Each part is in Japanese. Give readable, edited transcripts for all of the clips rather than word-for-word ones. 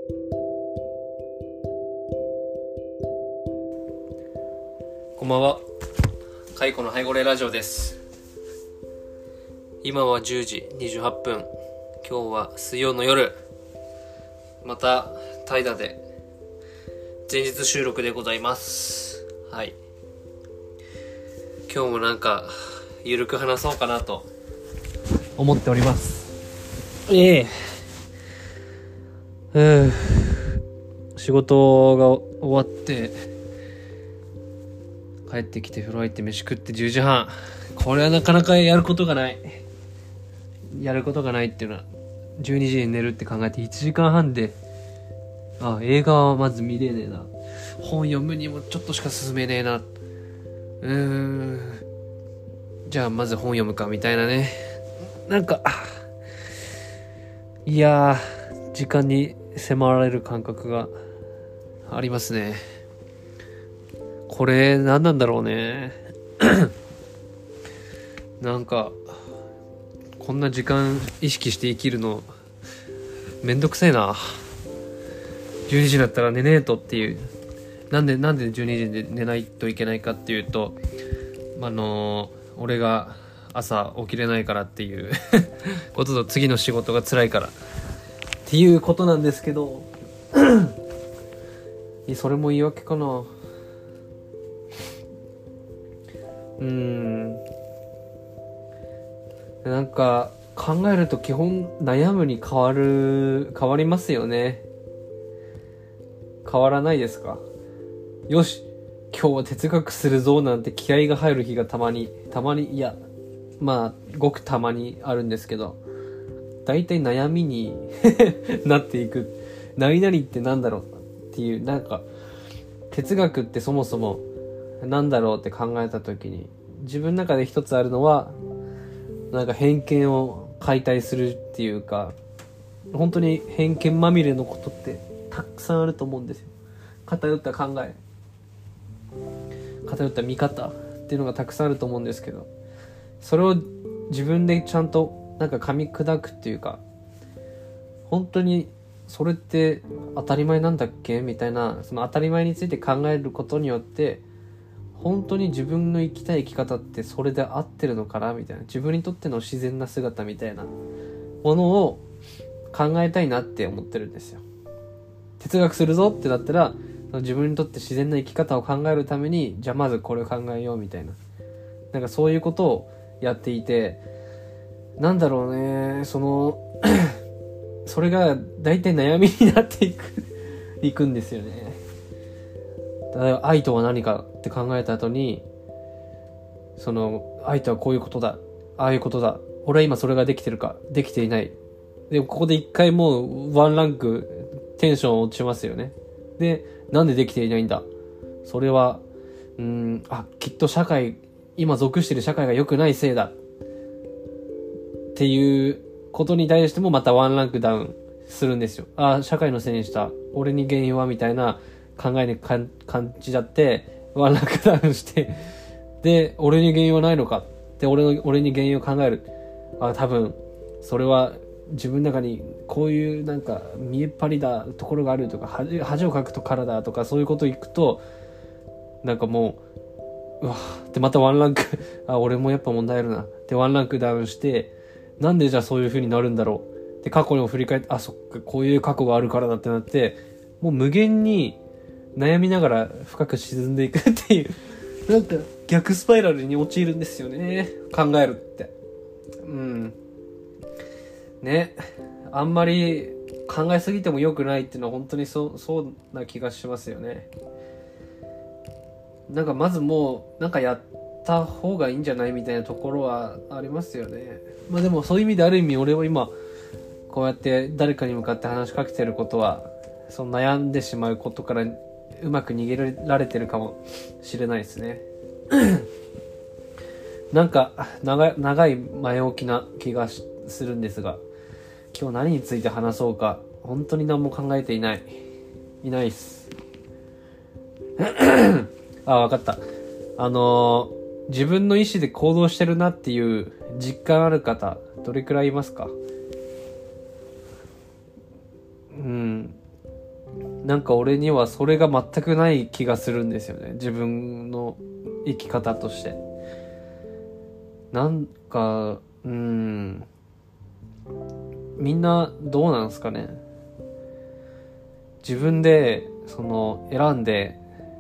こんばんは。カイコのハイゴレラジオです。今は10時28分。今日は水曜の夜、また怠惰で前日収録でございます。はい。今日もなんかゆるく話そうかなと思っております。仕事が終わって帰ってきて風呂入って飯食って10時半。これはなかなかやることがないっていうのは、12時に寝るって考えて1時間半で、映画はまず見れねえな、本読むにもちょっとしか進めねえな、じゃあまず本読むかみたいなね。なんかいやー、時間に迫られる感覚がありますね。これ何なんだろうねなんかこんな時間意識して生きるのめんどくせえな。12時になったら寝ねえとっていう。なんで12時で寝ないといけないかっていうと、俺が朝起きれないからっていうことと、次の仕事が辛いからっていうことなんですけどそれも言い訳かな。なんか考えると基本悩むに変わりますよね。変わらないですか？よし、今日は哲学するぞなんて気合が入る日がたまにいや、ごくたまにあるんですけど、だいたい悩みになっていく。何々ってなんだろうっていう、なんか哲学ってそもそもなんだろうって考えた時に、自分の中で一つあるのは、なんか偏見を解体するっていうか、本当に偏見まみれのことってたくさんあると思うんですよ。偏った考え、偏った見方っていうのがたくさんあると思うんですけど、それを自分でちゃんとなんか噛み砕くっていうか、本当にそれって当たり前なんだっけみたいな、その当たり前について考えることによって、本当に自分の生きたい生き方ってそれで合ってるのかなみたいな、自分にとっての自然な姿みたいなものを考えたいなって思ってるんですよ。哲学するぞってなったら、自分にとって自然な生き方を考えるために、じゃあまずこれを考えようみたいな、なんかそういうことをやっていて、なんだろうね、それが大体悩みになっていくんですよね。例えば愛とは何かって考えた後に、愛とはこういうことだ、ああいうことだ、俺は今それができてるか、できていない。でここで一回もうワンランクテンション落ちますよね。で、なんでできていないんだ、それはきっと今属している社会が良くないせいだっていうことに対しても、またワンランクダウンするんですよ。社会のせいにした、俺に原因はみたいな考えに感じちゃって、ワンランクダウンして、で俺に原因はないのかって俺に原因を考える。多分それは自分の中にこういうなんか見えっ張りだところがあるとか、恥をかくとからだとか、そういうこといくと、なんかもうでまたワンランク俺もやっぱ問題あるなってワンランクダウンして、なんでじゃあそういう風になるんだろうで過去にも振り返って、そっかこういう過去があるからだってなって、もう無限に悩みながら深く沈んでいくっていう、なんか逆スパイラルに陥るんですよね、考えるって。ね、あんまり考えすぎても良くないっていうのは本当にそうな気がしますよね。なんかまずもうなんかやった方がいいんじゃないみたいなところはありますよね。でもそういう意味である意味、俺は今こうやって誰かに向かって話しかけてることは、その悩んでしまうことからうまく逃げられてるかもしれないですねなんか長い前置きな気がするんですが、今日何について話そうか本当に何も考えていないっすわかった。自分の意思で行動してるなっていう実感ある方どれくらいいますか？ なんか俺にはそれが全くない気がするんですよね。自分の生き方として。なんか、みんなどうなんすかね。自分で、選んで、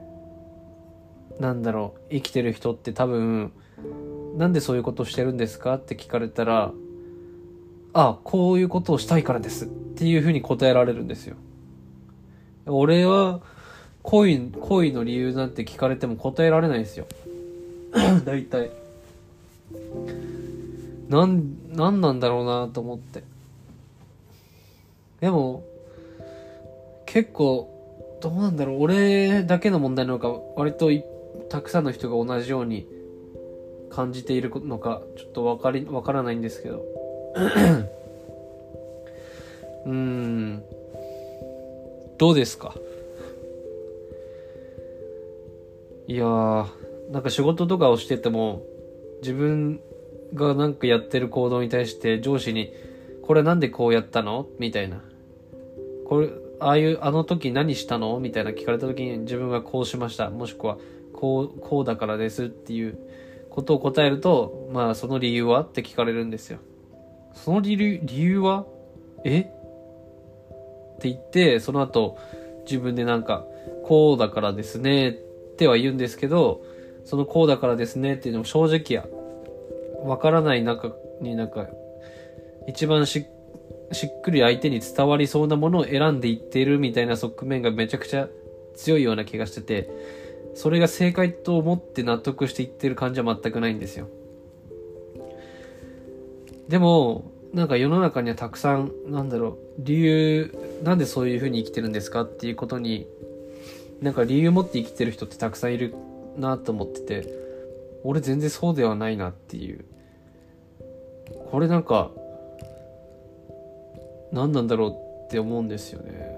生きてる人って多分、なんでそういうことをしてるんですかって聞かれたら、こういうことをしたいからですっていうふうに答えられるんですよ。俺は恋の理由なんて聞かれても答えられないんですよ。大体。なんなんだろうなと思って。でも、結構、どうなんだろう。俺だけの問題なのか、割とたくさんの人が同じように感じているのか、ちょっとわからないんですけど。どうですか？いやー、なんか仕事とかをしてても、自分がなんかやってる行動に対して上司に、これなんでこうやったのみたいな。これ、あの時何したのみたいな聞かれた時に自分がこうしました。もしくは、こうだからですっていうことを答えると、その理由はって聞かれるんですよ。その理由はって言って、その後、自分でこうだからですねっては言うんですけど、そのこうだからですねっていうのも正直わからない中に一番しっくり相手に伝わりそうなものを選んでいっているみたいな側面がめちゃくちゃ強いような気がしてて、それが正解と思って納得していってる感じは全くないんですよ。でも、世の中にはたくさん、理由、なんでそういう風に生きてるんですかっていうことに、理由持って生きてる人ってたくさんいるなと思ってて、俺全然そうではないなっていう。これ何なんだろうって思うんですよね。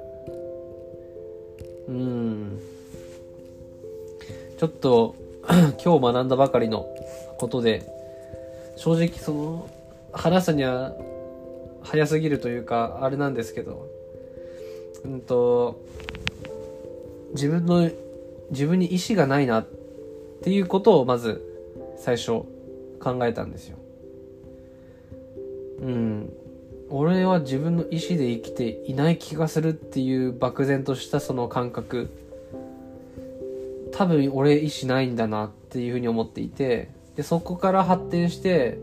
ちょっと今日学んだばかりのことで、正直話すには早すぎるというかあれなんですけど、自分に意志がないなっていうことをまず最初考えたんですよ。俺は自分の意志で生きていない気がするっていう漠然としたその感覚、多分俺意志ないんだなっていうふうに思っていて、でそこから発展して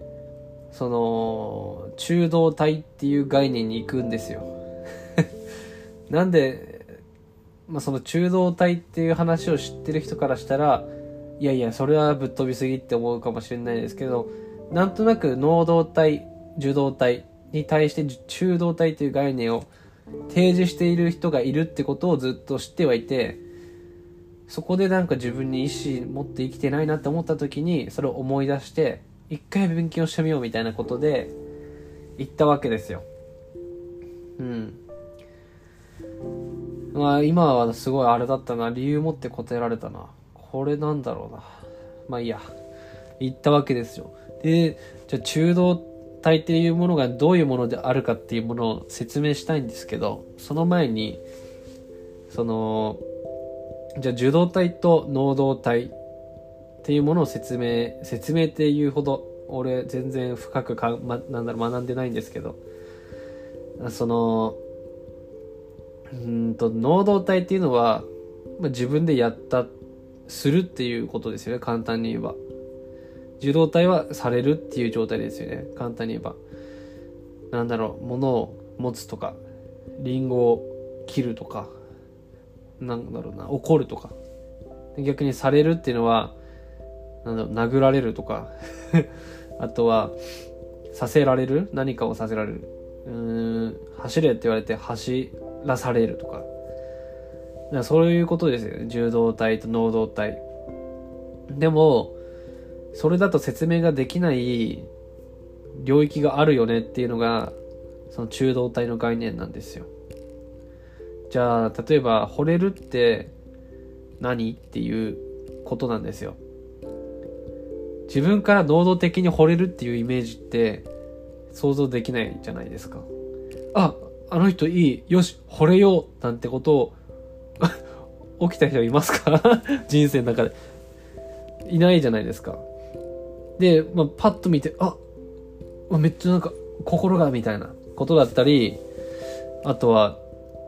中道体っていう概念に行くんですよ。なんで、その中道体っていう話を知ってる人からしたら、いやいやそれはぶっ飛びすぎって思うかもしれないですけど、なんとなく能動体、受動体に対して中道体という概念を提示している人がいるってことをずっと知ってはいて、そこで自分に意志持って生きてないなって思った時にそれを思い出して、一回勉強してみようみたいなことで行ったわけですよ。今はすごいあれだったな、理由持って答えられたな。これなんだろうな。いいや、行ったわけですよ。で、じゃあ中道体っていうものがどういうものであるかっていうものを説明したいんですけど、その前にじゃあ受動体と能動体っていうものを説明っていうほど俺全然深く学んでないんですけど、能動体っていうのは、自分でするっていうことですよね、簡単に言えば。受動体はされるっていう状態ですよね、簡単に言えば。物を持つとか、リンゴを切るとか、怒るとか。逆にされるっていうのは、殴られるとか、あとは、させられる、何かをさせられる。走れって言われて走らされるとか。そういうことですよね、受動体と能動体。でも、それだと説明ができない領域があるよねっていうのが、その中動体の概念なんですよ。じゃあ、例えば、惚れるって何っていうことなんですよ。自分から能動的に惚れるっていうイメージって想像できないじゃないですか。 あの人いい、よし惚れようなんてことを起きた人いますか人生の中でいないじゃないですか。で、パッと見てめっちゃなんか心がみたいなことだったり、あとは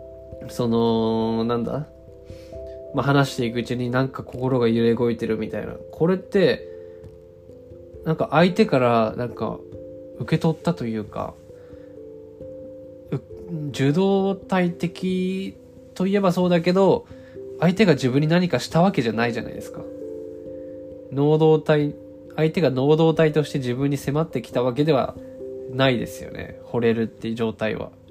話していくうちになんか心が揺れ動いてるみたいな、これってなんか相手からなんか受け取ったというか、受動体的といえばそうだけど、相手が自分に何かしたわけじゃないじゃないですか。相手が能動体として自分に迫ってきたわけではないですよね、惚れるっていう状態は。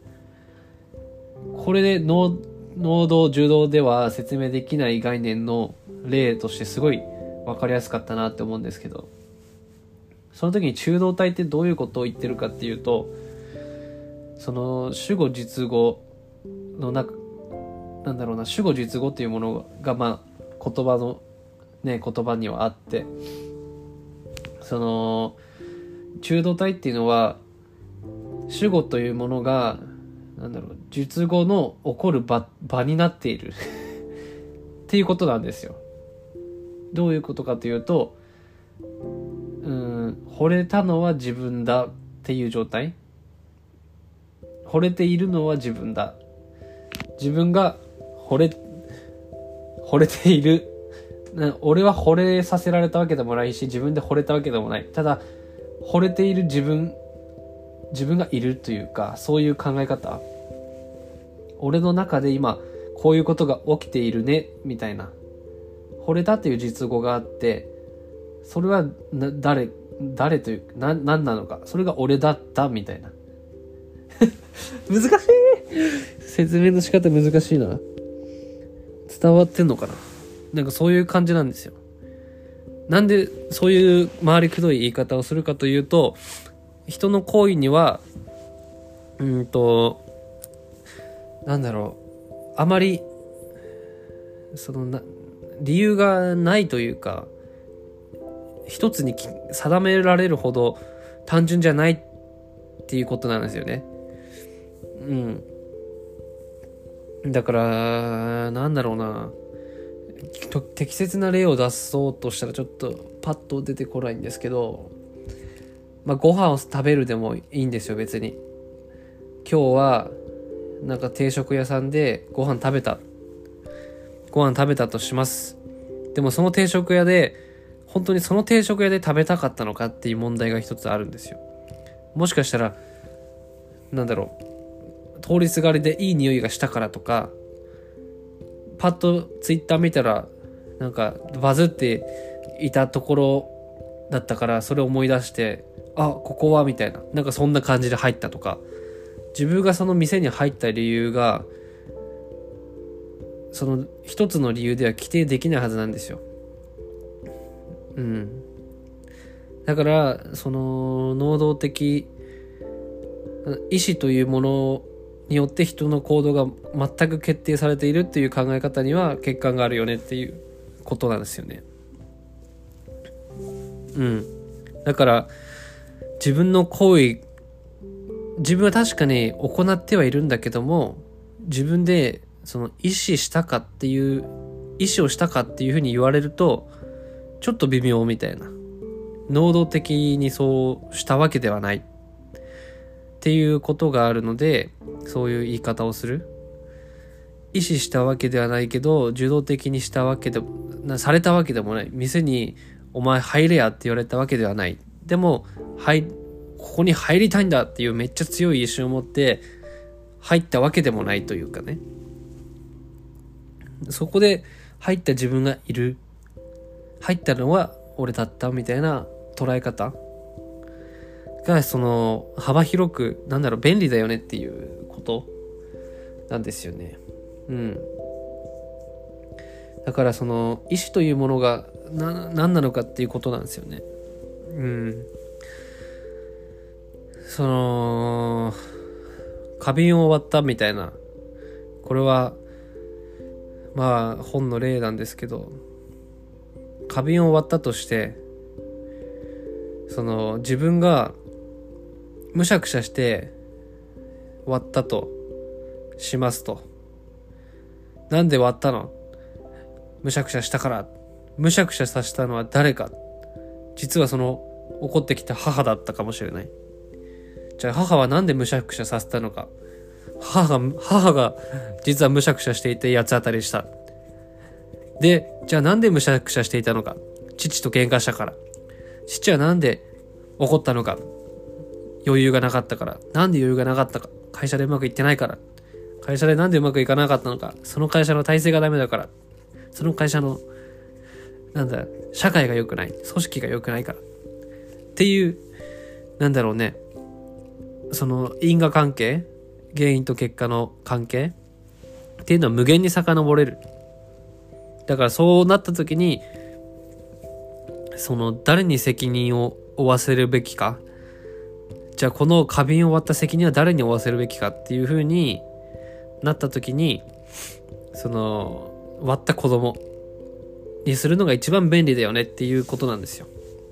これで能動受動では説明できない概念の例としてすごい分かりやすかったなって思うんですけど、その時に中動体ってどういうことを言ってるかっていうと、その主語実語の主語実語っていうものが言葉にはあって、その中動体っていうのは主語というものが述語の起こる場になっているっていうことなんですよ。どういうことかというと、惚れたのは自分だっていう状態、惚れているのは自分だ、自分が惚れている、俺は惚れさせられたわけでもないし、自分で惚れたわけでもない。ただ惚れている自分がいるというか、そういう考え方、俺の中で今こういうことが起きているねみたいな、惚れたという実語があって、それは誰という何なのか、それが俺だったみたいな難しい、説明の仕方難しいな。伝わってんのかな。なんかそういう感じなんですよ。なんでそういう回りくどい言い方をするかというと、人の行為にはあまり理由がないというか、一つに定められるほど単純じゃないっていうことなんですよね。だから適切な例を出そうとしたらちょっとパッと出てこないんですけど、ご飯を食べるでもいいんですよ、別に。今日は定食屋さんでご飯食べたとします。でもその定食屋で本当にその定食屋で食べたかったのかっていう問題が一つあるんですよ。もしかしたら通りすがりでいい匂いがしたからとか、パッとツイッター見たらバズっていたところだったから、それを思い出して、ここはみたいな、そんな感じで入ったとか、自分がその店に入った理由がその一つの理由では規定できないはずなんですよ。だからその能動的意志というものによって人の行動が全く決定されているっていう考え方には欠陥があるよねっていうことなんですよね。だから自分の行為、自分は確かに行ってはいるんだけども、自分でその意思をしたかっていうふうに言われるとちょっと微妙みたいな、能動的にそうしたわけではないっていうことがあるので、そういう言い方をする。意思したわけではないけど受動的にしたわけでされたわけでもない。店にお前入れやって言われたわけではない。でもここに入りたいんだっていうめっちゃ強い意志を持って入ったわけでもないというかね、そこで入った自分がいる、入ったのは俺だったみたいな捉え方が幅広く便利だよねっていうことなんですよね。だからその意志というものが何なのかっていうことなんですよね。花瓶を割ったみたいな、これは本の例なんですけど、花瓶を割ったとして自分がむしゃくしゃして割ったとしますと。なんで割ったの？むしゃくしゃしたから。むしゃくしゃさせたのは誰か。実はその怒ってきた母だったかもしれない。じゃあ母はなんでむしゃくしゃさせたのか。母が実はむしゃくしゃしていて八つ当たりした。で、じゃあなんでむしゃくしゃしていたのか。父と喧嘩したから。父はなんで怒ったのか。余裕がなかったから。なんで余裕がなかったか。会社でうまくいってないから。会社でなんでうまくいかなかったのか。その会社の体制がダメだから。その会社の社会が良くない。組織が良くないから。っていう、その因果関係、原因と結果の関係っていうのは無限に遡れる。だからそうなった時に、その誰に責任を負わせるべきか。じゃあこの花瓶を割った責任は誰に負わせるべきかっていう風になった時に、その割った子供にするのが一番便利だよねっていうことなんですよ。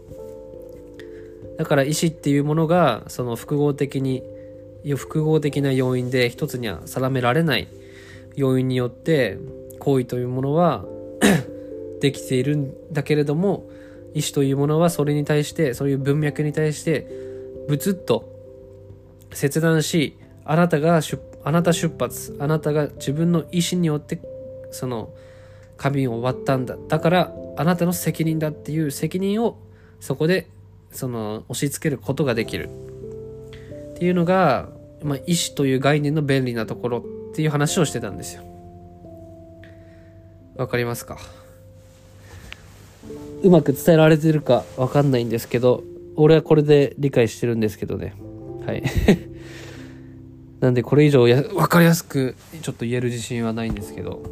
だから意思っていうものがその複合的な要因で一つには定められない要因によって行為というものはできているんだけれども、意思というものはそれに対して、そういう文脈に対してブツッと切断し、あなた出発、あなたが自分の意思によってその花瓶を割ったんだ、だからあなたの責任だっていう責任をそこでその押し付けることができるっていうのが、意思という概念の便利なところっていう話をしてたんですよ。わかりますか？うまく伝えられてるかわかんないんですけど、俺はこれで理解してるんですけどね。はいなんでこれ以上わかりやすくちょっと言える自信はないんですけど、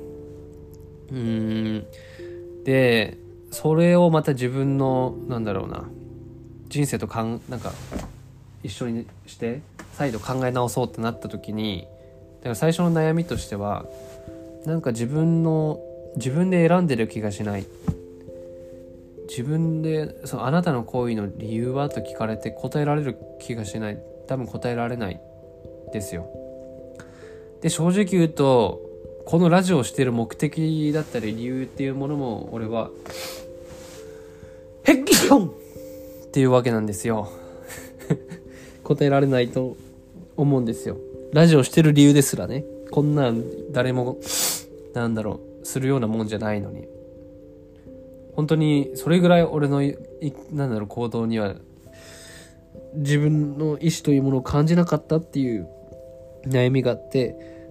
でそれをまた自分の人生と一緒にして再度考え直そうってなった時に、だから最初の悩みとしては自分で選んでる気がしない。自分であなたの行為の理由はと聞かれて答えられる気がしない。多分答えられないですよ。で、正直言うとこのラジオをしている目的だったり理由っていうものも俺はヘッキションっていうわけなんですよ答えられないと思うんですよ。ラジオしてる理由ですらね、こんなん誰もするようなもんじゃないのに、本当にそれぐらい俺の行動には自分の意思というものを感じなかったっていう悩みがあって、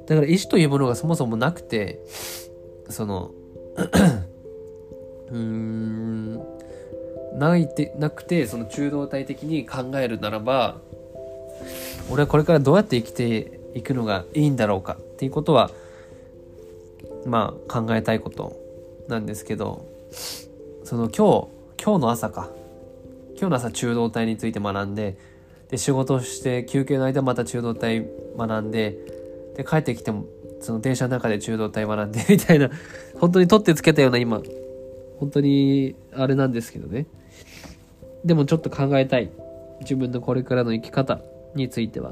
だから意思というものがそもそもなくて、なくてその中道体的に考えるならば、俺はこれからどうやって生きていくのがいいんだろうかっていうことは考えたいことなんですけど、今日の朝中道体について学んで、で仕事をして休憩の間また中道体学んで、で帰ってきてもその電車の中で中道体学んでみたいな、本当に取ってつけたような今本当にあれなんですけどね。でもちょっと考えたい、自分のこれからの生き方については、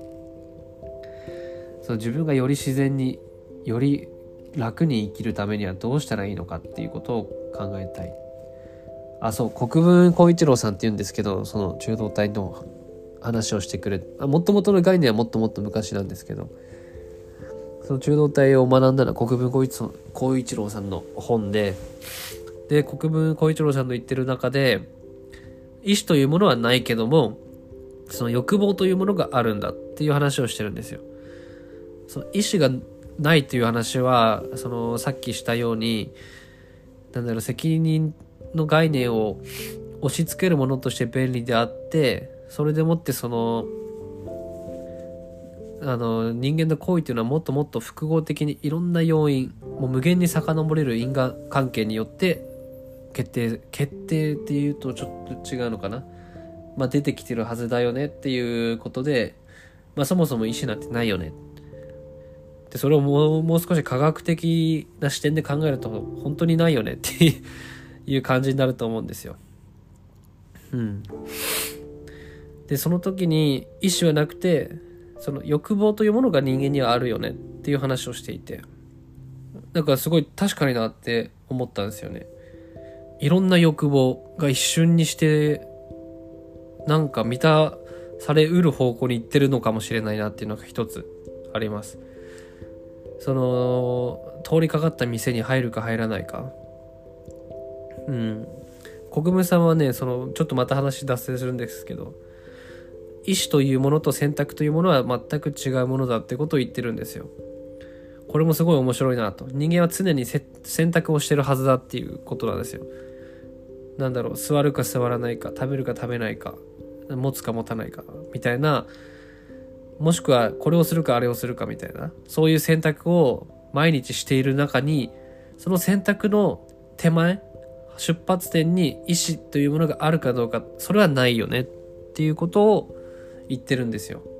自分がより自然により楽に生きるためにはどうしたらいいのかっていうことを考えたい。国分光一郎さんって言うんですけど、その中道体の話をしてくれ、もともとの概念はもっともっと昔なんですけど、その中道体を学んだのは国分光一郎さんの本で、国分光一郎さんの言ってる中で、意志というものはないけどもその欲望というものがあるんだっていう話をしてるんですよ。その意志がないという話は、さっきしたように責任の概念を押し付けるものとして便利であって、それでもって人間の行為というのはもっともっと複合的にいろんな要因、もう無限に遡れる因果関係によって決定っていうとちょっと違うのかな、出てきてるはずだよねっていうことで、そもそも意思なんてないよね。でそれをもう少し科学的な視点で考えると本当にないよねっていう感じになると思うんですよ。でその時に意思はなくてその欲望というものが人間にはあるよねっていう話をしていて、だからすごい確かになって思ったんですよね。いろんな欲望が一瞬にしてなんか満たされうる方向に行ってるのかもしれないなっていうのが一つあります。その通りかかった店に入るか入らないか。国分さんはね、そのちょっとまた話脱線するんですけど、意思というものと選択というものは全く違うものだってことを言ってるんですよ。これもすごい面白いなと。人間は常に選択をしてるはずだっていうことなんですよ。なんだろう、座るか座らないか、食べるか食べないか、持つか持たないかみたいな、もしくはこれをするかあれをするかみたいな、そういう選択を毎日している中に、その選択の手前、出発点に意思というものがあるかどうか、それはないよねっていうことを言ってるんですよ。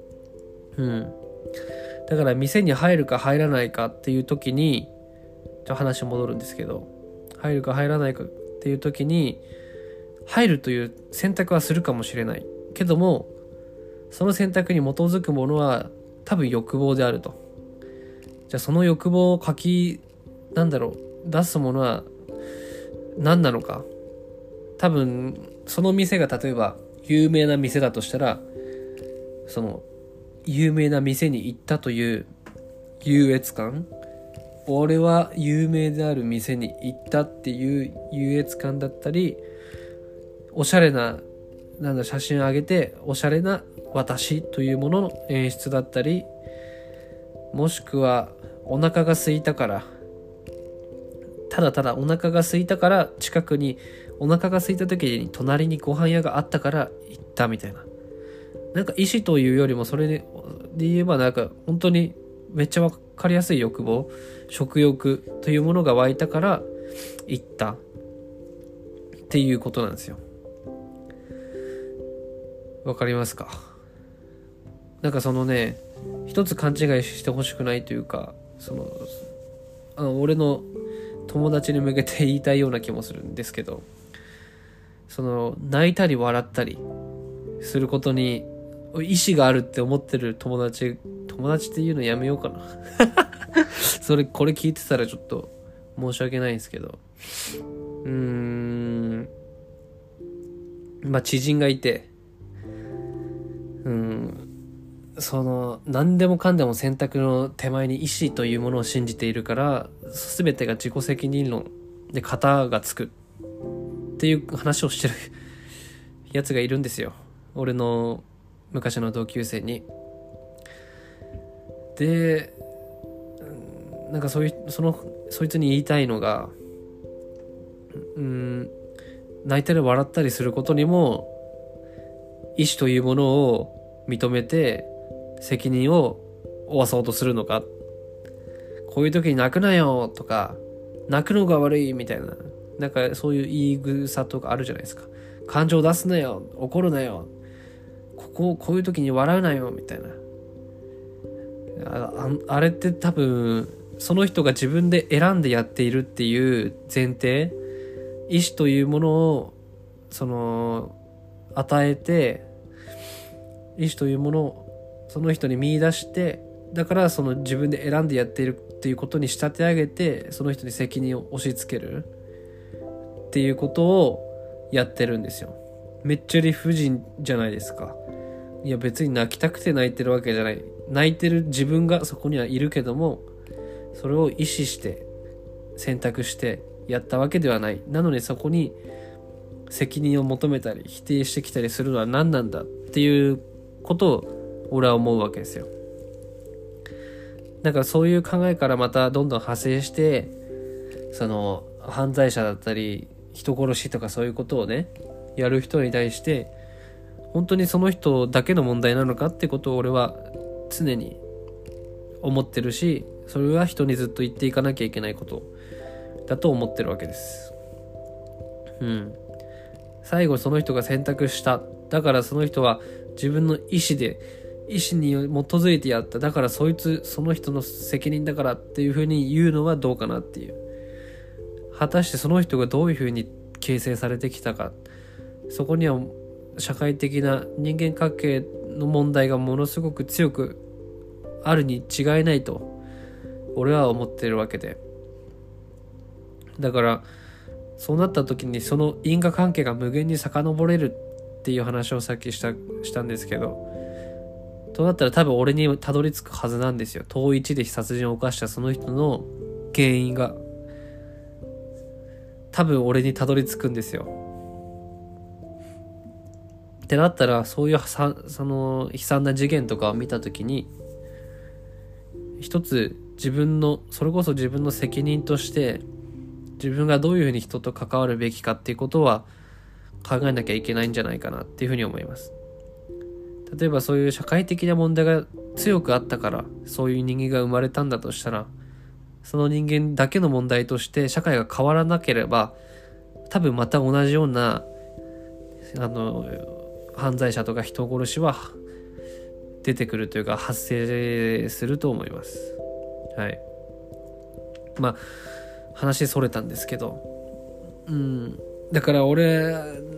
だから店に入るか入らないかっていう時に、話戻るんですけど、入るか入らないかっていう時に、入るという選択はするかもしれないけども、その選択に基づくものは多分欲望であると。じゃあその欲望を出すものは何なのか。多分その店が例えば有名な店だとしたら、その有名な店に行ったという優越感、俺は有名である店に行ったっていう優越感だったり、おしゃれな写真を上げておしゃれな私というものの演出だったり、もしくはお腹が空いたから、ただただお腹が空いたから近くに、お腹が空いた時に隣にご飯屋があったから行ったみたいな、なんか意思というよりもそれで言えばなんか本当にめっちゃわかりやすい欲望、食欲というものが湧いたから行ったっていうことなんですよ。わかりますか？なんかそのね、一つ勘違いしてほしくないというか、俺の友達に向けて言いたいような気もするんですけど、その泣いたり笑ったりすることに意思があるって思ってる友達っていうのやめようかなこれ聞いてたらちょっと申し訳ないんですけど、知人がいて、何でもかんでも選択の手前に意思というものを信じているから、全てが自己責任論で型がつくっていう話をしてるやつがいるんですよ、俺の昔の同級生に。で、なんかそいつに言いたいのが、泣いたり笑ったりすることにも意思というものを認めて責任を負わそうとするのか。こういう時に泣くなよとか、泣くのが悪いみたいな、なんかそういう言い草とかあるじゃないですか。感情出すなよ、怒るなよ、こういう時に笑うなよみたいな。あれって多分その人が自分で選んでやっているっていう前提、意思というものを与えて、意思というものをその人に見出して、だから自分で選んでやっているっていうことに仕立て上げて、その人に責任を押し付けるっていうことをやってるんですよ。めっちゃ理不尽じゃないですか。いや別に泣きたくて泣いてるわけじゃない。泣いてる自分がそこにはいるけども、それを意思して選択してやったわけではない。なのにそこに責任を求めたり否定してきたりするのは何なんだっていうことを俺は思うわけですよ。だからそういう考えからまたどんどん派生して、犯罪者だったり人殺しとかそういうことをねやる人に対して、本当にその人だけの問題なのかってことを俺は常に思ってるし、それは人にずっと言っていかなきゃいけないことだと思ってるわけです。最後その人が選択した。だからその人は自分の意思に基づいてやった。だからその人の責任だからっていうふうに言うのはどうかなっていう。果たしてその人がどういうふうに形成されてきたか。そこには社会的な人間関係の問題がものすごく強くあるに違いないと俺は思ってるわけで、だからそうなった時にその因果関係が無限に遡れるっていう話をさっきしたんですけど、となったら多分俺にたどり着くはずなんですよ。遠い地で殺人を犯したその人の原因が多分俺にたどり着くんですよ。ってなったら、そういうその悲惨な事件とかを見たときに、一つそれこそ自分の責任として、自分がどういうふうに人と関わるべきかっていうことは考えなきゃいけないんじゃないかなっていうふうに思います。例えばそういう社会的な問題が強くあったから、そういう人間が生まれたんだとしたら、その人間だけの問題として社会が変わらなければ、多分また同じような犯罪者とか人殺しは出てくるというか発生すると思います。はい。まあ話それたんですけど、だから俺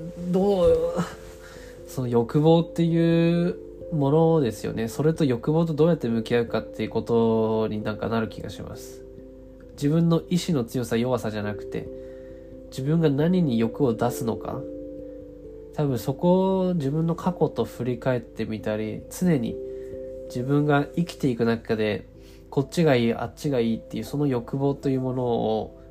その欲望っていうものですよね。それと欲望とどうやって向き合うかっていうことになる気がします。自分の意志の強さ弱さじゃなくて、自分が何に欲を出すのか、多分そこを自分の過去と振り返ってみたり、常に自分が生きていく中でこっちがいいあっちがいいっていうその欲望というものを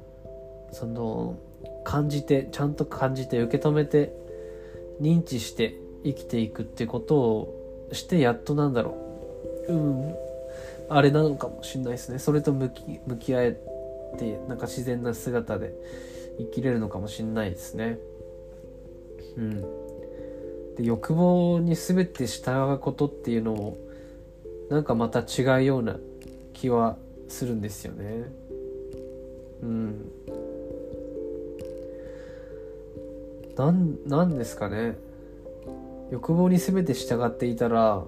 ちゃんと感じて受け止めて認知して生きていくっていうことをして、やっとあれなのかもしれないですね。それと向き合えて自然な姿で生きれるのかもしれないですね。で、欲望に全て従うことっていうのもまた違うような気はするんですよね。なんですかね。欲望に全て従っていたら、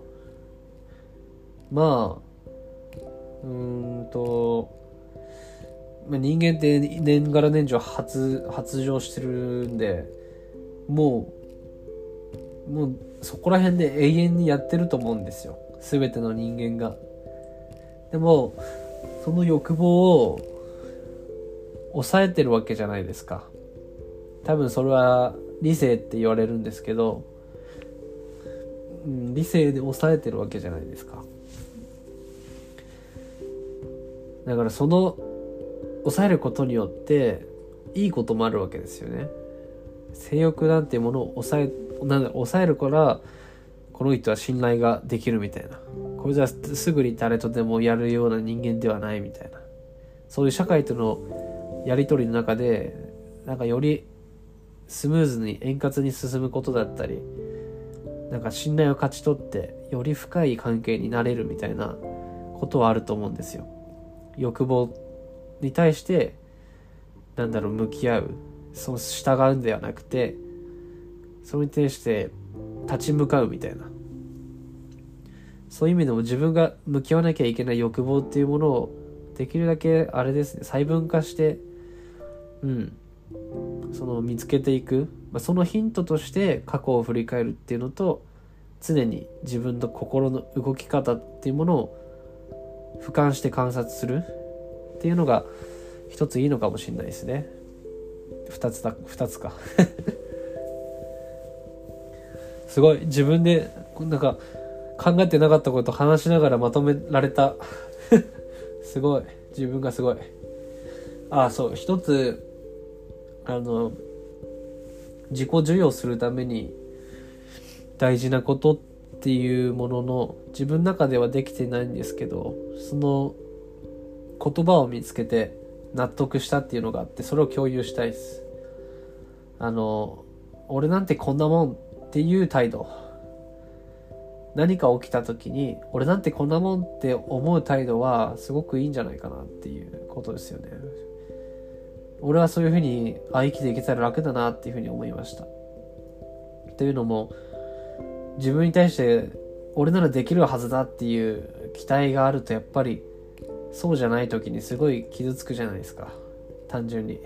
人間って年がら年中発情してるんで、もうそこら辺で永遠にやってると思うんですよ、全ての人間が。でもその欲望を抑えてるわけじゃないですか。多分それは理性って言われるんですけど、理性で抑えてるわけじゃないですか。だからその抑えることによっていいこともあるわけですよね。性欲なんていうものを抑えるからこの人は信頼ができるみたいな、これじゃすぐに誰とでもやるような人間ではないみたいな、そういう社会とのやり取りの中でよりスムーズに円滑に進むことだったり、信頼を勝ち取ってより深い関係になれるみたいなことはあると思うんですよ。欲望に対して向き合う、従うんではなくて、それに対して立ち向かうみたいな、そういう意味でも自分が向き合わなきゃいけない欲望っていうものをできるだけ細分化して見つけていく、そのヒントとして過去を振り返るっていうのと、常に自分の心の動き方っていうものを俯瞰して観察するっていうのが一ついいのかもしれないですね。二つかすごい自分で考えてなかったこと話しながらまとめられたすごい、自分がすごい。そう、一つ自己授与するために大事なことっていうものの自分の中ではできてないんですけど、その言葉を見つけて納得したっていうのがあって、それを共有したいです。俺なんてこんなもんっていう態度、何か起きた時に俺なんてこんなもんって思う態度はすごくいいんじゃないかなっていうことですよね。俺はそういうふうに生きていけたら楽だなっていうふうに思いました。というのも、自分に対して俺ならできるはずだっていう期待があると、やっぱりそうじゃない時にすごい傷つくじゃないですか。単純に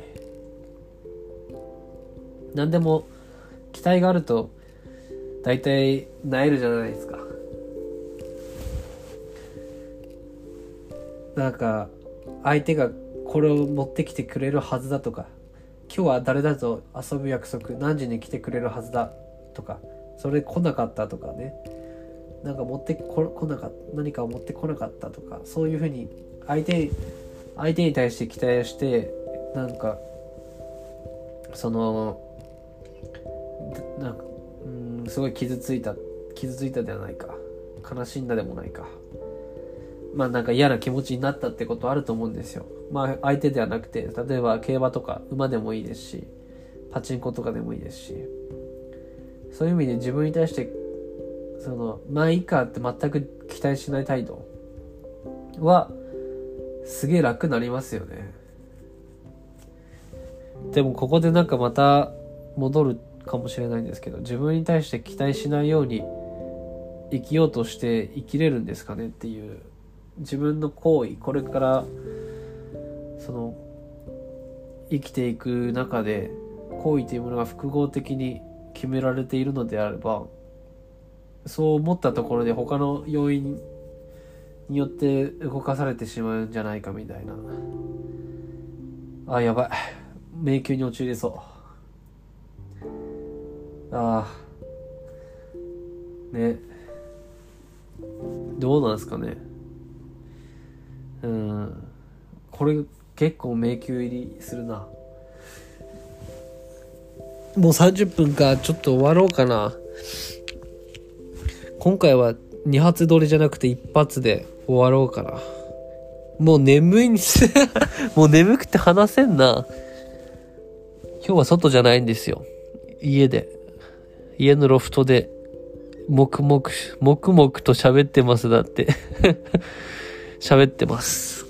何でも期待があると大体萎えるじゃないですか。 なんか相手がこれを持ってきてくれるはずだとか、今日は誰だと遊ぶ約束、何時に来てくれるはずだとか、それ来なかったとかね、なんか来なかった、何かを持ってこなかったとか、そういうふうに相手に対して期待して、なんかそのなんかすごい傷ついたではないか、悲しんだでもないか、まあなんか嫌な気持ちになったってことあると思うんですよ。まあ相手ではなくて、例えば競馬とか馬でもいいですし、パチンコとかでもいいですし、そういう意味で自分に対してまあいいかって全く期待しない態度はすげえ楽になりますよね。でもここでなんかまた戻るかもしれないんですけど、自分に対して期待しないように生きようとして生きれるんですかねっていう、自分の行為、これから生きていく中で行為というものが複合的に決められているのであれば、そう思ったところで他の要因によって動かされてしまうんじゃないかみたいな。やばい、迷宮に陥れそう。ね、どうなんですかね。これ結構迷宮入りするな。もう30分か、ちょっと終わろうかな。今回は2発撮りじゃなくて1発で終わろうかな。もう眠いんですもう眠くて話せんな。今日は外じゃないんですよ。家のロフトで黙々と喋ってますだって喋ってます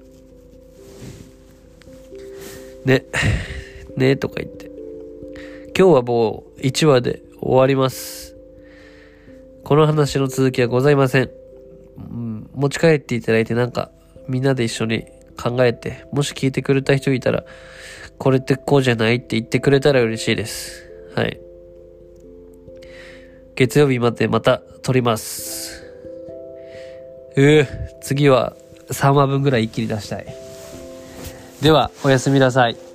ねとか言って、今日はもう1話で終わります。この話の続きはございません。持ち帰っていただいて、なんかみんなで一緒に考えて、もし聞いてくれた人いたら、これってこうじゃないって言ってくれたら嬉しいです。はい。月曜日までまた撮ります。次は3話分ぐらい一気に出したい。ではおやすみなさい。